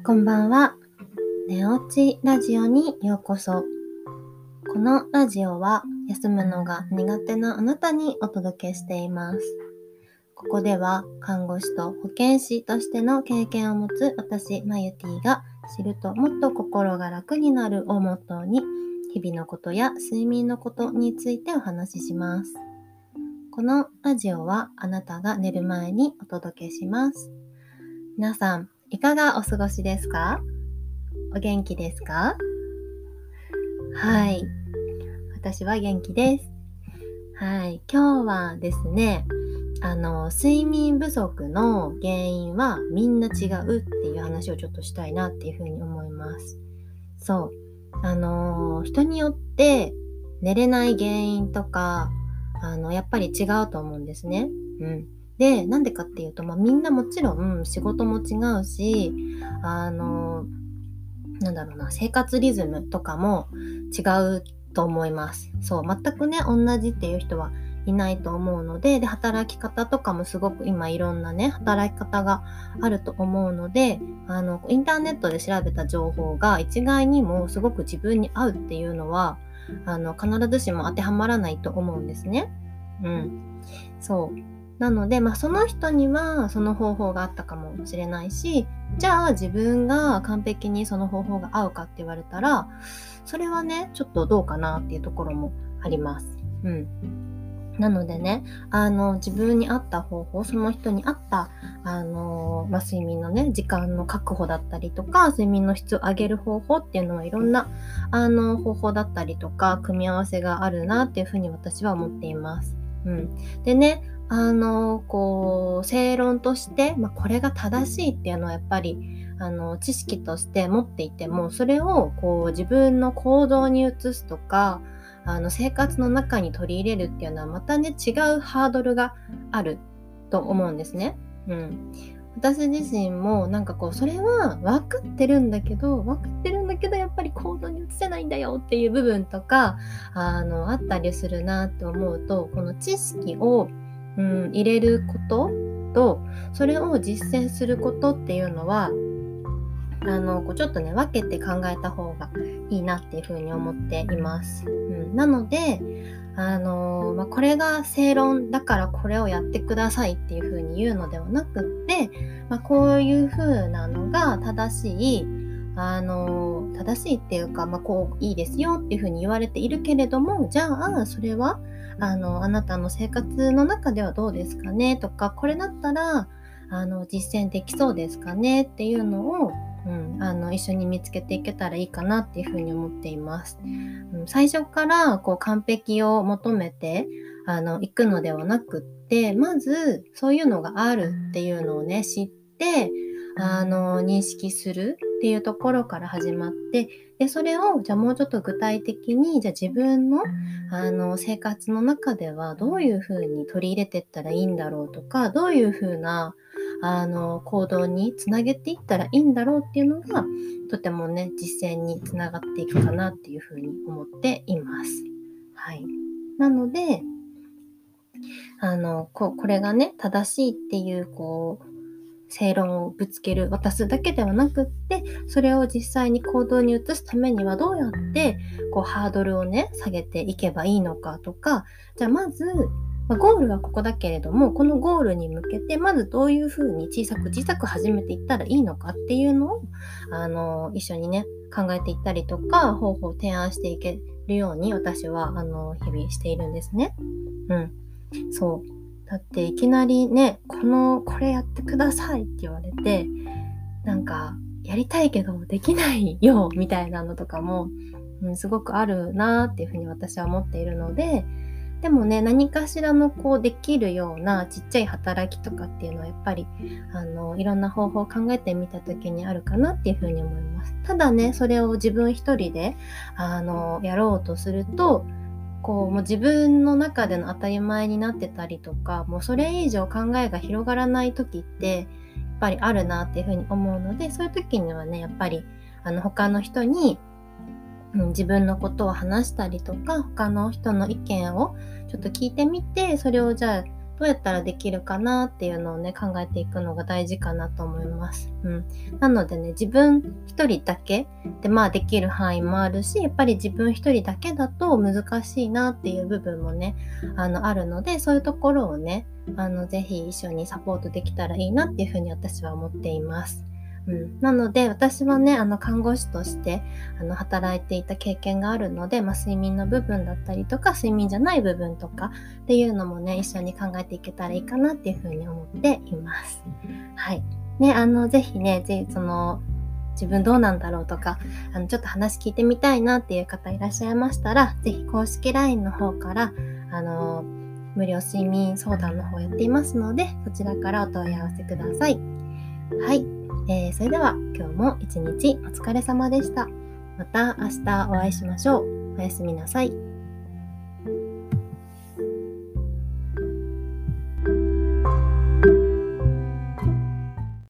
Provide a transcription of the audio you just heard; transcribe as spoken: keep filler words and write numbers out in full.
こんばんは。寝落ちラジオにようこそ。このラジオは休むのが苦手なあなたにお届けしています。ここでは看護師と保健師としての経験を持つ私、まゆティが知るともっと心が楽になるをモットーに日々のことや睡眠のことについてお話しします。このラジオはあなたが寝る前にお届けします。皆さん、いかがお過ごしですか？お元気ですか？はい。私は元気です。はい。今日はですね、あの、睡眠不足の原因はみんな違うっていう話をちょっとしたいなっていうふうに思います。そう。あの、人によって寝れない原因とか、あの、やっぱり違うと思うんですね。うん。で、なんでかっていうと、まあみんなもちろん仕事も違うし、あの、なんだろうな、生活リズムとかも違うと思います。そう、全くね、同じっていう人はいないと思うので、で、働き方とかもすごく今いろんなね、働き方があると思うので、あの、インターネットで調べた情報が一概にもすごく自分に合うっていうのは、あの、必ずしも当てはまらないと思うんですね。うん。そう。なので、まあ、その人にはその方法があったかもしれないし、じゃあ自分が完璧にその方法が合うかって言われたら、それはね、ちょっとどうかなっていうところもあります。うん。なのでね、あの、自分に合った方法、その人に合った、あの、まあ、睡眠のね、時間の確保だったりとか、睡眠の質を上げる方法っていうのはいろんな、あの、方法だったりとか、組み合わせがあるなっていうふうに私は思っています。うん。でね、あの、こう、正論として、まあ、これが正しいっていうのはやっぱり、あの、知識として持っていても、それを、こう、自分の行動に移すとか、あの、生活の中に取り入れるっていうのはまたね、違うハードルがあると思うんですね。うん。私自身もなんかこう、それは分かってるんだけど、分かってるんだけど、やっぱり行動に移せないんだよっていう部分とか、あの、あったりするなって思うと、この知識を、うん、入れることと、それを実践することっていうのは、あの、こうちょっとね、分けて考えた方がいいなっていうふうに思っています。うん、なので、あのまあ、これが正論だからこれをやってくださいっていうふうに言うのではなくって、まあ、こういうふうなのが正しい、あの正しいっていうか、まあ、こういいですよっていうふうに言われているけれども、じゃあそれはあのあなたの生活の中ではどうですかねとか、これだったらあの実践できそうですかねっていうのをうん、あの一緒に見つけていけたらいいかなっていうふうに思っています。うん、最初からこう完璧を求めてあの行くのではなくって、まずそういうのがあるっていうのをね知ってあの認識するっていうところから始まって、でそれをじゃあもうちょっと具体的にじゃあ自分のあの生活の中ではどういうふうに取り入れていったらいいんだろうとか、どういうふうなあの行動につなげていったらいいんだろうっていうのがとてもね実践につながっていくかなっていうふうに思っています。はい。なのであのここれがね正しいっていうこう正論をぶつける渡すだけではなくって、それを実際に行動に移すためにはどうやってこうハードルをね下げていけばいいのかとか、じゃあまずまあ、ゴールはここだけれども、このゴールに向けてまずどういうふうに小さく小さく始めていったらいいのかっていうのをあの一緒にね考えていったりとか、方法を提案していけるように私はあの日々しているんですね。うん、そう。だっていきなりね、このこれやってくださいって言われて、なんかやりたいけどできないよみたいなのとかも、うん、すごくあるなっていうふうに私は思っているので。でもね、何かしらのこうできるようなちっちゃい働きとかっていうのはやっぱりあのいろんな方法を考えてみた時にあるかなっていうふうに思います。ただね、それを自分一人であのやろうとすると、こうもう自分の中での当たり前になってたりとか、もうそれ以上考えが広がらない時ってやっぱりあるなっていうふうに思うので、そういう時にはね、やっぱりあの他の人にうん、自分のことを話したりとか、他の人の意見をちょっと聞いてみて、それをじゃあどうやったらできるかなっていうのをね、考えていくのが大事かなと思います。うん。なのでね、自分一人だけでまあできる範囲もあるし、やっぱり自分一人だけだと難しいなっていう部分もね、あの、あるので、そういうところをね、あの、ぜひ一緒にサポートできたらいいなっていうふうに私は思っています。うん、なので私はね、あの看護師としてあの働いていた経験があるので、まあ、睡眠の部分だったりとか睡眠じゃない部分とかっていうのもね、一緒に考えていけたらいいかなっていうふうに思っています。はい。ね、あのぜひね、ぜひその自分どうなんだろうとか、あのちょっと話聞いてみたいなっていう方いらっしゃいましたら、ぜひ公式 ライン の方からあの無料睡眠相談の方やっていますので、そちらからお問い合わせください。はい。えー、それでは今日も一日お疲れ様でした。また明日お会いしましょう。おやすみなさい。